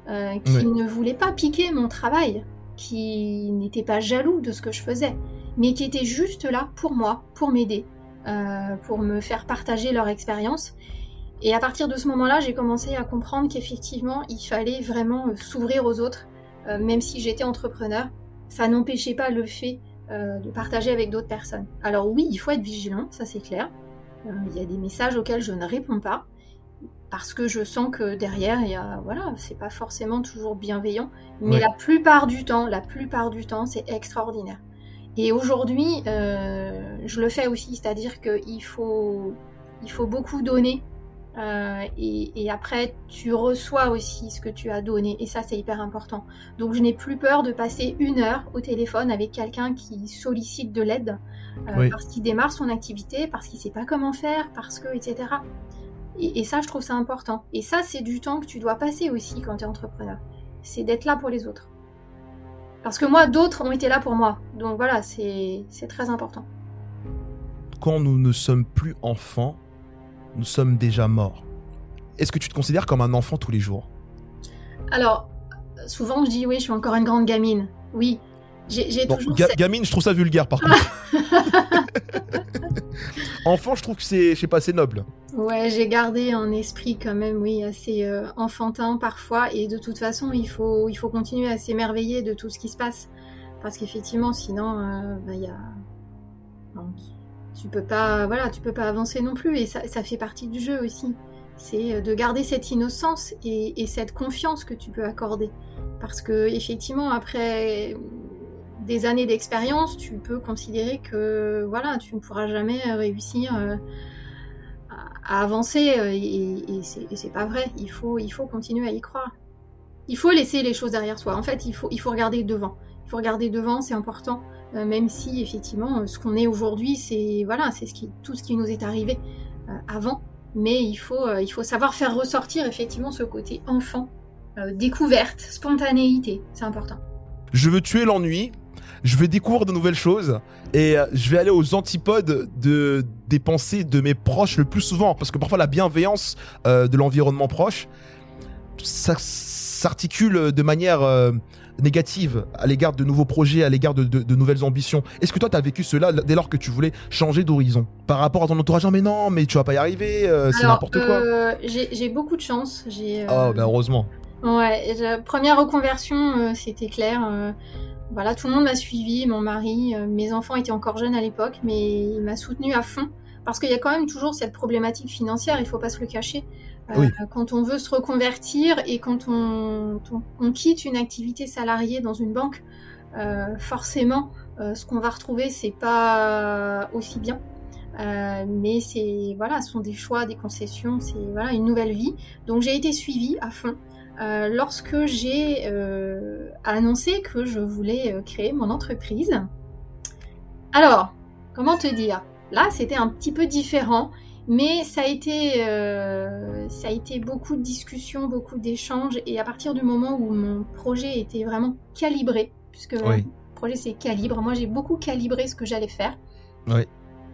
qui ne voulaient pas piquer mon travail, qui n'étaient pas jaloux de ce que je faisais, mais qui étaient juste là pour moi, pour m'aider, pour me faire partager leur expérience. Et à partir de ce moment-là, j'ai commencé à comprendre qu'effectivement, il fallait vraiment s'ouvrir aux autres, même si j'étais entrepreneur. Ça n'empêchait pas le fait de partager avec d'autres personnes. Alors oui, il faut être vigilant, ça c'est clair. Il y a des messages auxquels je ne réponds pas, parce que je sens que derrière, c'est pas forcément toujours bienveillant, mais la plupart du temps, c'est extraordinaire. Et aujourd'hui, je le fais aussi, c'est-à-dire qu'il faut beaucoup donner, et après, tu reçois aussi ce que tu as donné, et ça, c'est hyper important. Donc, je n'ai plus peur de passer 1 heure au téléphone avec quelqu'un qui sollicite de l'aide, parce qu'il démarre son activité, parce qu'il sait pas comment faire, parce que, etc. Et ça, je trouve ça important. Et ça, c'est du temps que tu dois passer aussi quand tu es entrepreneur. C'est d'être là pour les autres. Parce que moi, d'autres ont été là pour moi. Donc voilà, c'est très important. Quand nous ne sommes plus enfants, nous sommes déjà morts. Est-ce que tu te considères comme un enfant tous les jours ? Alors, souvent je dis oui, je suis encore une grande gamine. Oui, j'ai toujours... Gamine, je trouve ça vulgaire par contre. Enfant, je trouve que c'est noble. Ouais, j'ai gardé un esprit quand même, oui, assez enfantin parfois. Et de toute façon, il faut continuer à s'émerveiller de tout ce qui se passe. Parce qu'effectivement, sinon, tu peux pas avancer non plus. Et ça fait partie du jeu aussi. C'est de garder cette innocence et cette confiance que tu peux accorder. Parce que effectivement, après des années d'expérience, tu peux considérer que voilà, tu ne pourras jamais réussir à avancer, et c'est pas vrai. Il faut continuer à y croire. Il faut laisser les choses derrière soi. En fait, il faut regarder devant. Il faut regarder devant, c'est important. Même si effectivement, ce qu'on est aujourd'hui, c'est tout ce qui nous est arrivé avant. Mais il faut savoir faire ressortir effectivement ce côté enfant, découverte, spontanéité. C'est important. Je veux tuer l'ennui. Je vais découvrir de nouvelles choses et je vais aller aux antipodes des pensées de mes proches le plus souvent. Parce que parfois, la bienveillance de l'environnement proche, ça s'articule de manière négative à l'égard de nouveaux projets, à l'égard de nouvelles ambitions. Est-ce que toi, tu as vécu cela dès lors que tu voulais changer d'horizon par rapport à ton entourage ? Mais tu vas pas y arriver, c'est n'importe quoi. J'ai beaucoup de chance. Heureusement. Ouais, première reconversion, c'était clair. Voilà, tout le monde m'a suivi, mon mari, mes enfants étaient encore jeunes à l'époque, mais il m'a soutenue à fond. Parce qu'il y a quand même toujours cette problématique financière, il faut pas se le cacher. Oui. Quand on veut se reconvertir et quand on quitte une activité salariée dans une banque, forcément, ce qu'on va retrouver, c'est pas aussi bien. Mais ce sont des choix, des concessions, c'est une nouvelle vie. Donc j'ai été suivie à fond. Lorsque j'ai annoncé que je voulais créer mon entreprise. Alors, comment te dire ? Là, c'était un petit peu différent, mais ça a été beaucoup de discussions, beaucoup d'échanges, et à partir du moment où mon projet était vraiment calibré, puisque mon projet c'est calibre, moi j'ai beaucoup calibré ce que j'allais faire. Oui.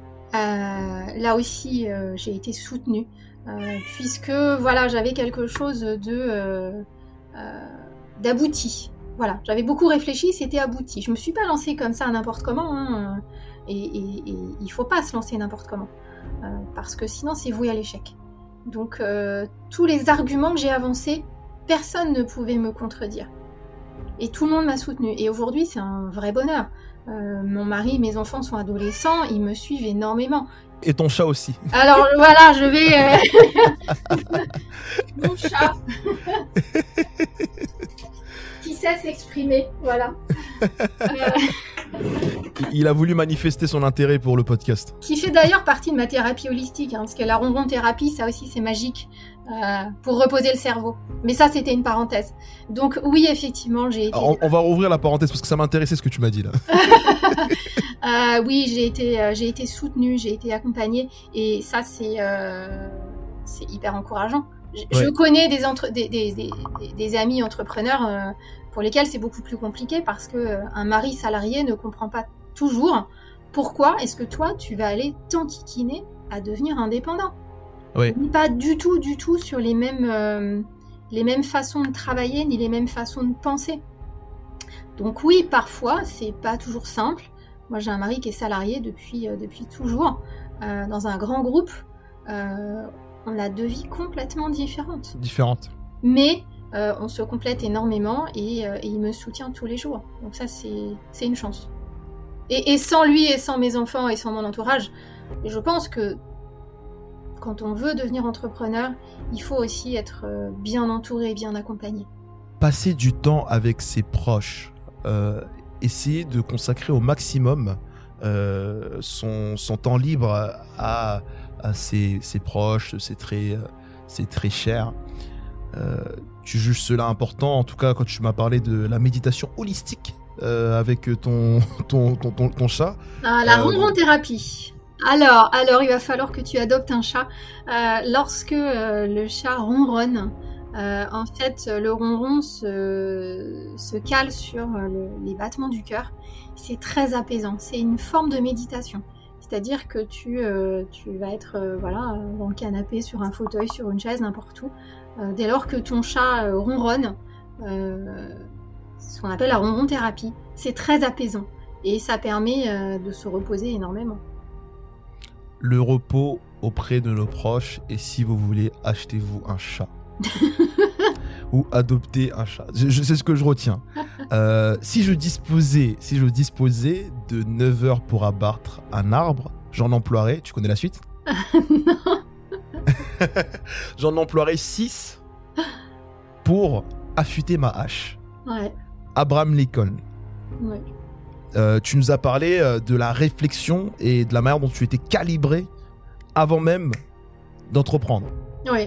Là aussi, j'ai été soutenue. Puisque j'avais quelque chose d'abouti. Voilà, j'avais beaucoup réfléchi, c'était abouti. Je me suis pas lancée comme ça n'importe comment, et il faut pas se lancer n'importe comment, parce que sinon c'est voué à l'échec. Donc tous les arguments que j'ai avancés, personne ne pouvait me contredire. Et tout le monde m'a soutenue. Et aujourd'hui, c'est un vrai bonheur. Mon mari, mes enfants sont adolescents, ils me suivent énormément. Et ton chat aussi. Alors voilà, je vais... Mon chat qui sait s'exprimer, voilà. Il a voulu manifester son intérêt pour le podcast. Qui fait d'ailleurs partie de ma thérapie holistique, parce que la ronron thérapie, ça aussi c'est magique, pour reposer le cerveau. Mais ça, c'était une parenthèse. Donc oui, effectivement, j'ai été... On va rouvrir la parenthèse parce que ça m'intéressait ce que tu m'as dit là. Oui, j'ai été soutenue, j'ai été accompagnée, et ça c'est hyper encourageant. Je connais des amis entrepreneurs pour lesquels c'est beaucoup plus compliqué parce que un mari salarié ne comprend pas toujours pourquoi est-ce que toi tu vas aller t'enquiquiner à devenir indépendant. Oui. On n'est pas du tout sur les mêmes les mêmes façons de travailler, ni les mêmes façons de penser. Donc oui, parfois, c'est pas toujours simple. Moi, j'ai un mari qui est salarié depuis toujours, dans un grand groupe. On a 2 vies complètement différentes. Mais on se complète énormément et il me soutient tous les jours. Donc ça, c'est une chance. Et sans lui, et sans mes enfants, et sans mon entourage, je pense que quand on veut devenir entrepreneur, il faut aussi être bien entouré, bien accompagné. Passer du temps avec ses proches, essayer de consacrer au maximum son temps libre à ses proches, c'est très cher. Tu juges cela important, en tout cas quand tu m'as parlé de la méditation holistique avec ton chat. La ronron thérapie. Alors, il va falloir que tu adoptes un chat. Lorsque le chat ronronne, en fait, le ronron se cale sur les battements du cœur. C'est très apaisant. C'est une forme de méditation. C'est-à-dire que tu vas être dans le canapé, sur un fauteuil, sur une chaise, n'importe où. Dès lors que ton chat ronronne, c'est ce qu'on appelle la ronron thérapie. C'est très apaisant et ça permet de se reposer énormément. Le repos auprès de nos proches, et si vous voulez, achetez-vous un chat. Ou adopter un chat. C'est ce que je retiens. Si je disposais de 9 heures pour abattre un arbre, j'en emploierais, tu connais la suite? Non. J'en emploierais 6 pour affûter ma hache. Ouais. Abraham Lincoln. Ouais. Tu nous as parlé de la réflexion et de la manière dont tu étais calibré avant même d'entreprendre. Oui.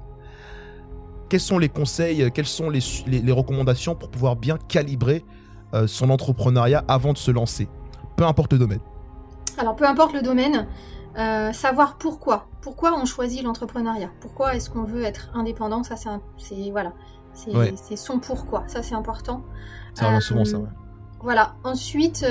Quels sont les conseils, quelles sont les recommandations pour pouvoir bien calibrer son entrepreneuriat avant de se lancer, peu importe le domaine? Alors, peu importe le domaine, savoir pourquoi. Pourquoi on choisit l'entrepreneuriat? Pourquoi est-ce qu'on veut être indépendant? Ça, c'est son pourquoi. Ça, c'est important. Ça revient souvent, ça, ouais. Voilà. Ensuite,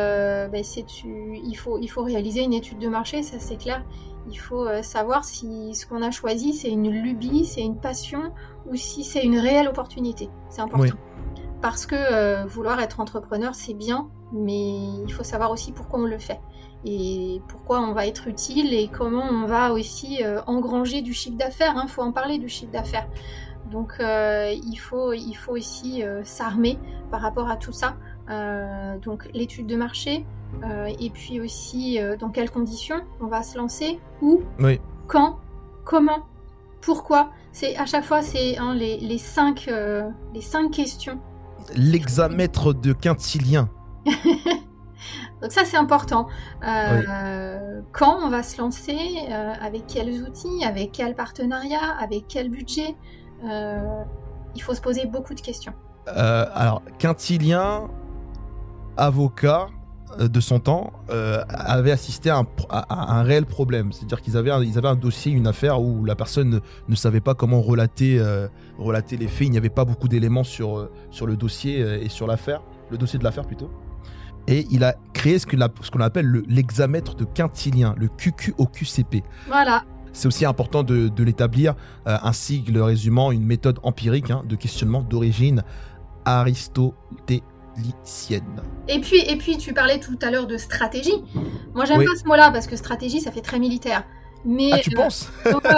il faut réaliser une étude de marché, ça c'est clair. Il faut savoir si ce qu'on a choisi, c'est une lubie, c'est une passion, ou si c'est une réelle opportunité. C'est important. Oui. Parce que vouloir être entrepreneur, c'est bien, mais il faut savoir aussi pourquoi on le fait. Et pourquoi on va être utile et comment on va aussi engranger du chiffre d'affaires. Il faut en parler du chiffre d'affaires. Donc il faut aussi s'armer par rapport à tout ça. Donc l'étude de marché, et puis aussi dans quelles conditions on va se lancer, où, quand, comment, pourquoi. C'est à chaque fois les 5 questions. L'hexamètre de Quintilien. Donc ça c'est important. Quand on va se lancer, avec quels outils, avec quel partenariat, avec quel budget. Il faut se poser beaucoup de questions. Alors Quintilien, avocat de son temps, avait assisté à un réel problème. C'est-à-dire qu'ils avaient un dossier, une affaire où la personne ne savait pas comment relater les faits. Il n'y avait pas beaucoup d'éléments sur le dossier et sur l'affaire, le dossier de l'affaire plutôt. Et il a créé ce qu'on appelle l'hexamètre de Quintilien, le QQOQCP. Voilà. C'est aussi important de l'établir, un sigle résumant une méthode empirique de questionnement d'origine aristotélicienne. Et puis, tu parlais tout à l'heure de stratégie. Moi, j'aime pas ce mot-là parce que stratégie, ça fait très militaire. Mais, tu penses?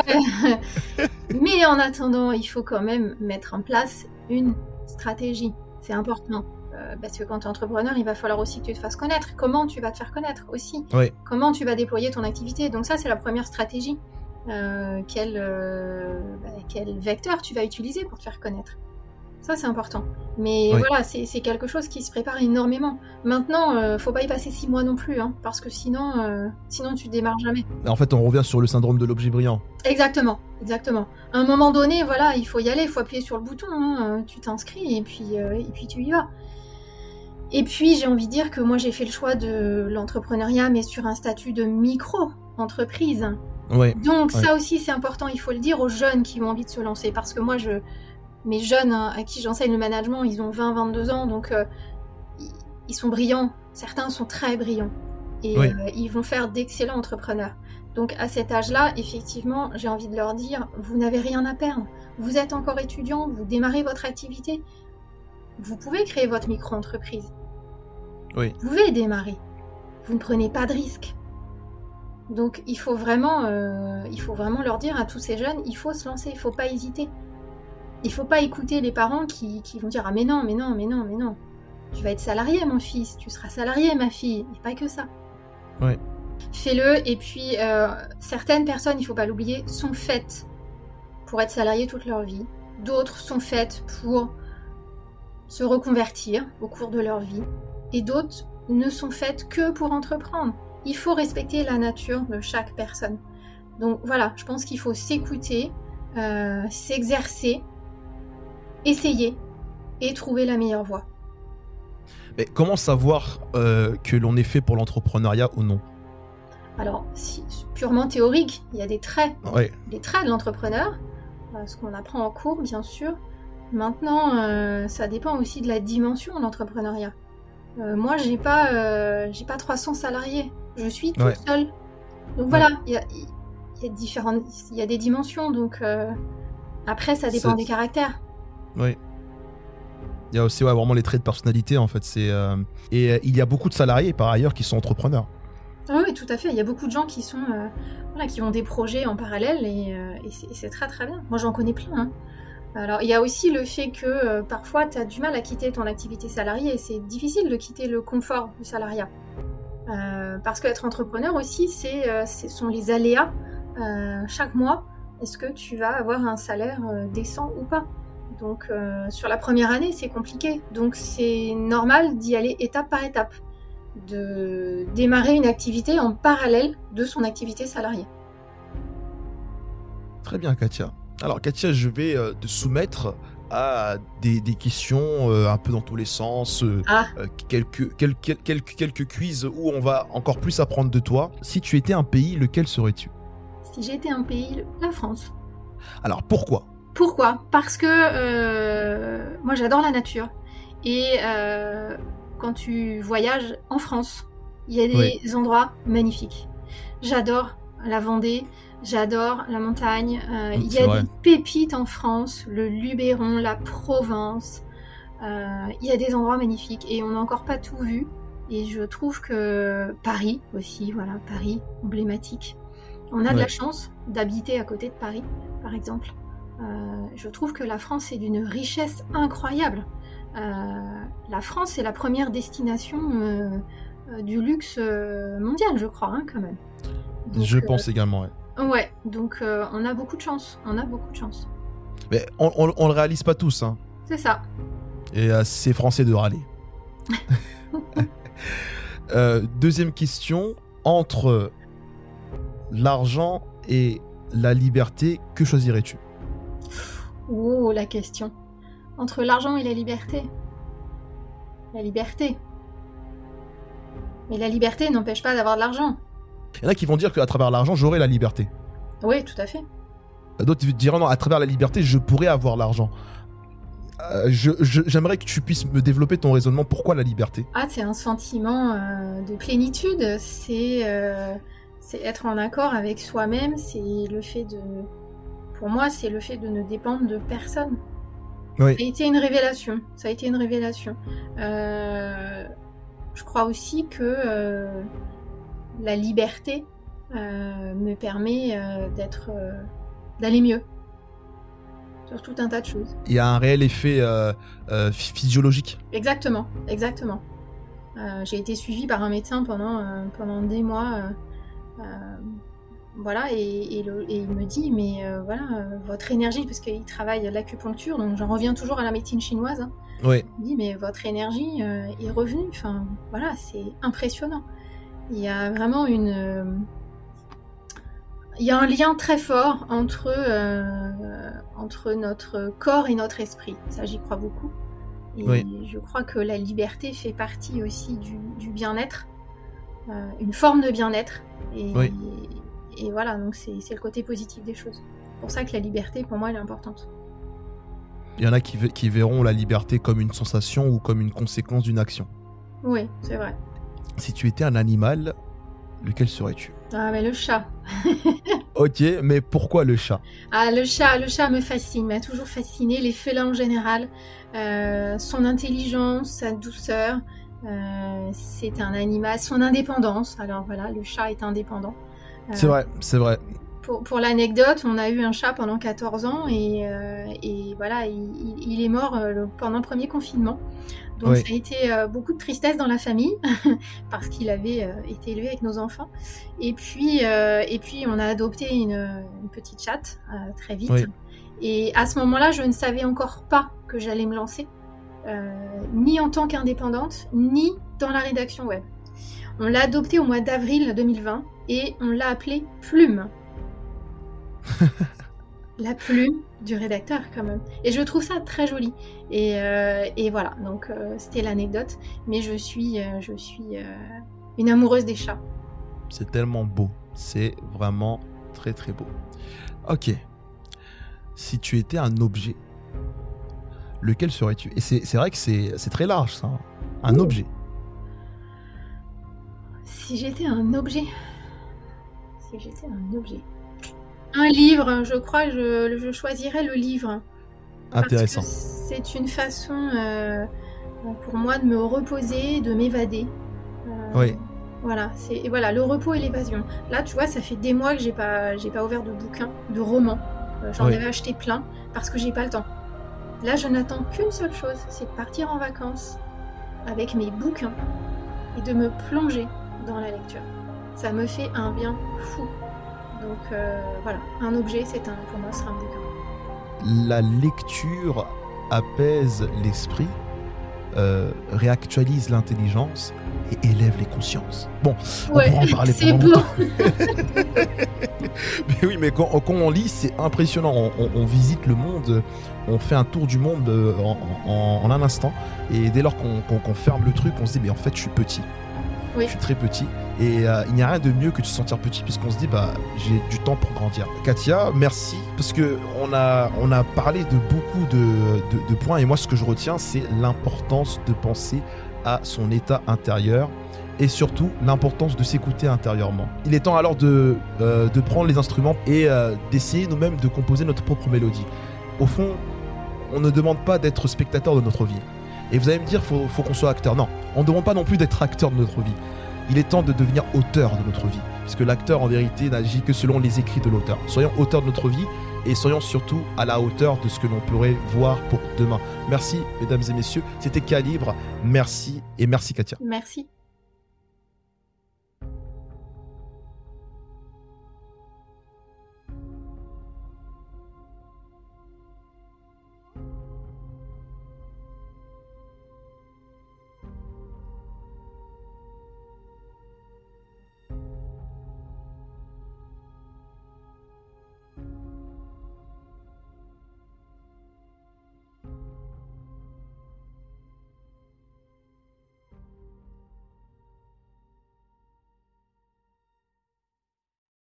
Mais en attendant, il faut quand même mettre en place une stratégie. C'est important. Parce que quand tu es entrepreneur, il va falloir aussi que tu te fasses connaître. Comment tu vas te faire connaître aussi? Comment tu vas déployer ton activité? Donc ça, c'est la première stratégie. Quel vecteur tu vas utiliser pour te faire connaître. Ça, c'est important. Mais voilà, c'est quelque chose qui se prépare énormément. Maintenant, faut pas y passer 6 mois non plus, parce que sinon tu démarres jamais. En fait, on revient sur le syndrome de l'objet brillant. Exactement. À un moment donné, voilà, il faut y aller, il faut appuyer sur le bouton. Tu t'inscris et puis tu y vas. Et puis, j'ai envie de dire que moi, j'ai fait le choix de l'entrepreneuriat, mais sur un statut de micro-entreprise. Donc ça aussi c'est important, il faut le dire aux jeunes qui ont envie de se lancer, parce que moi mes jeunes à qui j'enseigne le management, ils ont 20-22 ans, donc ils sont brillants, certains sont très brillants, et ils vont faire d'excellents entrepreneurs. Donc à cet âge-là, effectivement, j'ai envie de leur dire, vous n'avez rien à perdre. Vous êtes encore étudiant, vous démarrez votre activité. Vous pouvez créer votre micro-entreprise. Oui. Vous pouvez démarrer. Vous ne prenez pas de risques. Donc il faut vraiment leur dire à tous ces jeunes, il faut se lancer, il ne faut pas hésiter. Il ne faut pas écouter les parents qui vont dire « Ah mais non, mais non, mais non, mais non. Tu vas être salarié mon fils, tu seras salarié ma fille. » Il n'y a pas que ça. Oui. Fais-le, et puis certaines personnes, il ne faut pas l'oublier, sont faites pour être salariées toute leur vie. D'autres sont faites pour se reconvertir au cours de leur vie. Et d'autres ne sont faites que pour entreprendre. Il faut respecter la nature de chaque personne. Donc voilà, je pense qu'il faut s'écouter, s'exercer, essayer et trouver la meilleure voie. Mais comment savoir que l'on est fait pour l'entrepreneuriat ou non? Alors, purement théorique, il y a des traits, ouais. Des traits de l'entrepreneur, ce qu'on apprend en cours, bien sûr. Maintenant, ça dépend aussi de la dimension de l'entrepreneuriat. Moi, j'ai pas 300 salariés, je suis toute seule. Donc voilà, il y a des dimensions, donc après, ça dépend des caractères. Oui. Il y a aussi vraiment les traits de personnalité, en fait. Et il y a beaucoup de salariés, par ailleurs, qui sont entrepreneurs. Oui, tout à fait. Il y a beaucoup de gens qui sont, qui ont des projets en parallèle et c'est très très bien. Moi, j'en connais plein. Hein. Alors, il y a aussi le fait que parfois, tu as du mal à quitter ton activité salariée et c'est difficile de quitter le confort du salariat. Parce qu'être entrepreneur aussi, ce sont les aléas. Chaque mois, est-ce que tu vas avoir un salaire décent ou pas ? Donc, sur la première année, c'est compliqué. Donc, c'est normal d'y aller étape par étape, de démarrer une activité en parallèle de son activité salariée. Très bien, Katia. Alors, Katia, je vais te soumettre à des questions un peu dans tous les sens, quelques quiz où on va encore plus apprendre de toi. Si tu étais un pays, lequel serais-tu ? Si j'étais un pays, la France. Alors, pourquoi ? Pourquoi ? Parce que moi, j'adore la nature. Et quand tu voyages en France, il y a des endroits magnifiques. J'adore la Vendée, j'adore la montagne. Il y a des pépites en France, le Luberon, la Provence. Il y a des endroits magnifiques et on n'a encore pas tout vu. Et je trouve que Paris aussi, voilà, Paris, emblématique. On a de la chance d'habiter à côté de Paris, par exemple. Je trouve que la France est d'une richesse incroyable. La France est la première destination du luxe mondial, je crois, hein, quand même. Donc, je pense également, ouais, donc on a beaucoup de chance, Mais on le réalise pas tous, hein. C'est ça. Et c'est français de râler. Deuxième question, entre l'argent et la liberté, que choisirais-tu ? Oh, la question. Entre l'argent et la liberté. La liberté. Mais la liberté n'empêche pas d'avoir de l'argent. Il y en a qui vont dire qu'à travers l'argent, j'aurai la liberté. Oui, tout à fait. D'autres diront, non, à travers la liberté, je pourrais avoir l'argent. J'aimerais que tu puisses me développer ton raisonnement. Pourquoi la liberté ? C'est un sentiment de plénitude. C'est être en accord avec soi-même. C'est le fait de... Pour moi, c'est le fait de ne dépendre de personne. Oui. Ça a été une révélation. Je crois aussi que la liberté me permet d'aller mieux sur tout un tas de choses. Il y a un réel effet physiologique. Exactement. J'ai été suivie par un médecin pendant des mois. Voilà, et il me dit, mais votre énergie, parce qu'il travaille l'acupuncture, donc j'en reviens toujours à la médecine chinoise. Hein. Oui. Il me dit, mais votre énergie est revenue. Enfin, voilà, c'est impressionnant. Il y a vraiment il y a un lien très fort entre notre corps et notre esprit. Ça, j'y crois beaucoup. Et je crois que la liberté fait partie aussi du bien-être, une forme de bien-être. Et voilà, donc c'est le côté positif des choses. C'est pour ça que la liberté, pour moi, elle est importante. Il y en a qui verront la liberté comme une sensation ou comme une conséquence d'une action. Oui, c'est vrai. Si tu étais un animal, lequel serais-tu? Ah, mais le chat. Ok, mais pourquoi le chat? Ah, le chat me fascine, m'a toujours fasciné, les félins en général, son intelligence, sa douceur, c'est un animal, son indépendance. Alors voilà, le chat est indépendant. C'est vrai, c'est vrai. Pour l'anecdote, on a eu un chat pendant 14 ans et voilà, il est mort pendant le premier confinement. Donc Oui. ça a été beaucoup de tristesse dans la famille parce qu'il avait été élevé avec nos enfants. Et puis on a adopté une petite chatte très vite. Oui. Et à ce moment-là, je ne savais encore pas que j'allais me lancer, ni en tant qu'indépendante, ni dans la rédaction web. On l'a adopté au mois d'avril 2020 et on l'a appelé Plume. La plume du rédacteur quand même. Et je trouve ça très joli. Et voilà, donc c'était l'anecdote. Mais je suis une amoureuse des chats. C'est tellement beau. C'est vraiment très très beau. Ok. Si tu étais un objet, lequel serais-tu? Et c'est vrai que c'est très large ça. Hein. Un objet. Si j'étais un objet. Un livre, je crois que je choisirais le livre. Intéressant. Parce que c'est une façon pour moi de me reposer, de m'évader. Oui. Voilà, voilà, le repos et l'évasion. Là, tu vois, ça fait des mois que j'ai pas ouvert de bouquins, de romans. J'en avais acheté plein parce que j'ai pas le temps. Là, je n'attends qu'une seule chose, c'est de partir en vacances avec mes bouquins et de me plonger dans la lecture. Ça me fait un bien fou. Donc voilà, un objet, pour moi, c'est un bouquin. La lecture apaise l'esprit, réactualise l'intelligence et élève les consciences. Bon, on pourra en parler c'est pendant beau. Mais oui, mais quand on lit, c'est impressionnant. On visite le monde, on fait un tour du monde en un instant. Et dès lors qu'on ferme le truc, on se dit, mais en fait, je suis petit. Oui. Je suis très petit. Et il n'y a rien de mieux que de se sentir petit, puisqu'on se dit, j'ai du temps pour grandir. Katia, merci, parce qu'on a parlé de beaucoup de points. Et moi, ce que je retiens, c'est l'importance de penser à son état intérieur et surtout l'importance de s'écouter intérieurement. Il est temps alors de prendre les instruments et d'essayer nous-mêmes de composer notre propre mélodie. Au fond, on ne demande pas d'être spectateur de notre vie. Et vous allez me dire, faut qu'on soit acteur. Non, on ne demande pas non plus d'être acteur de notre vie. Il est temps de devenir auteur de notre vie, puisque l'acteur en vérité n'agit que selon les écrits de l'auteur. Soyons auteurs de notre vie et soyons surtout à la hauteur de ce que l'on pourrait voir pour demain. Merci mesdames et messieurs, c'était Calibre, merci et merci Katia. Merci.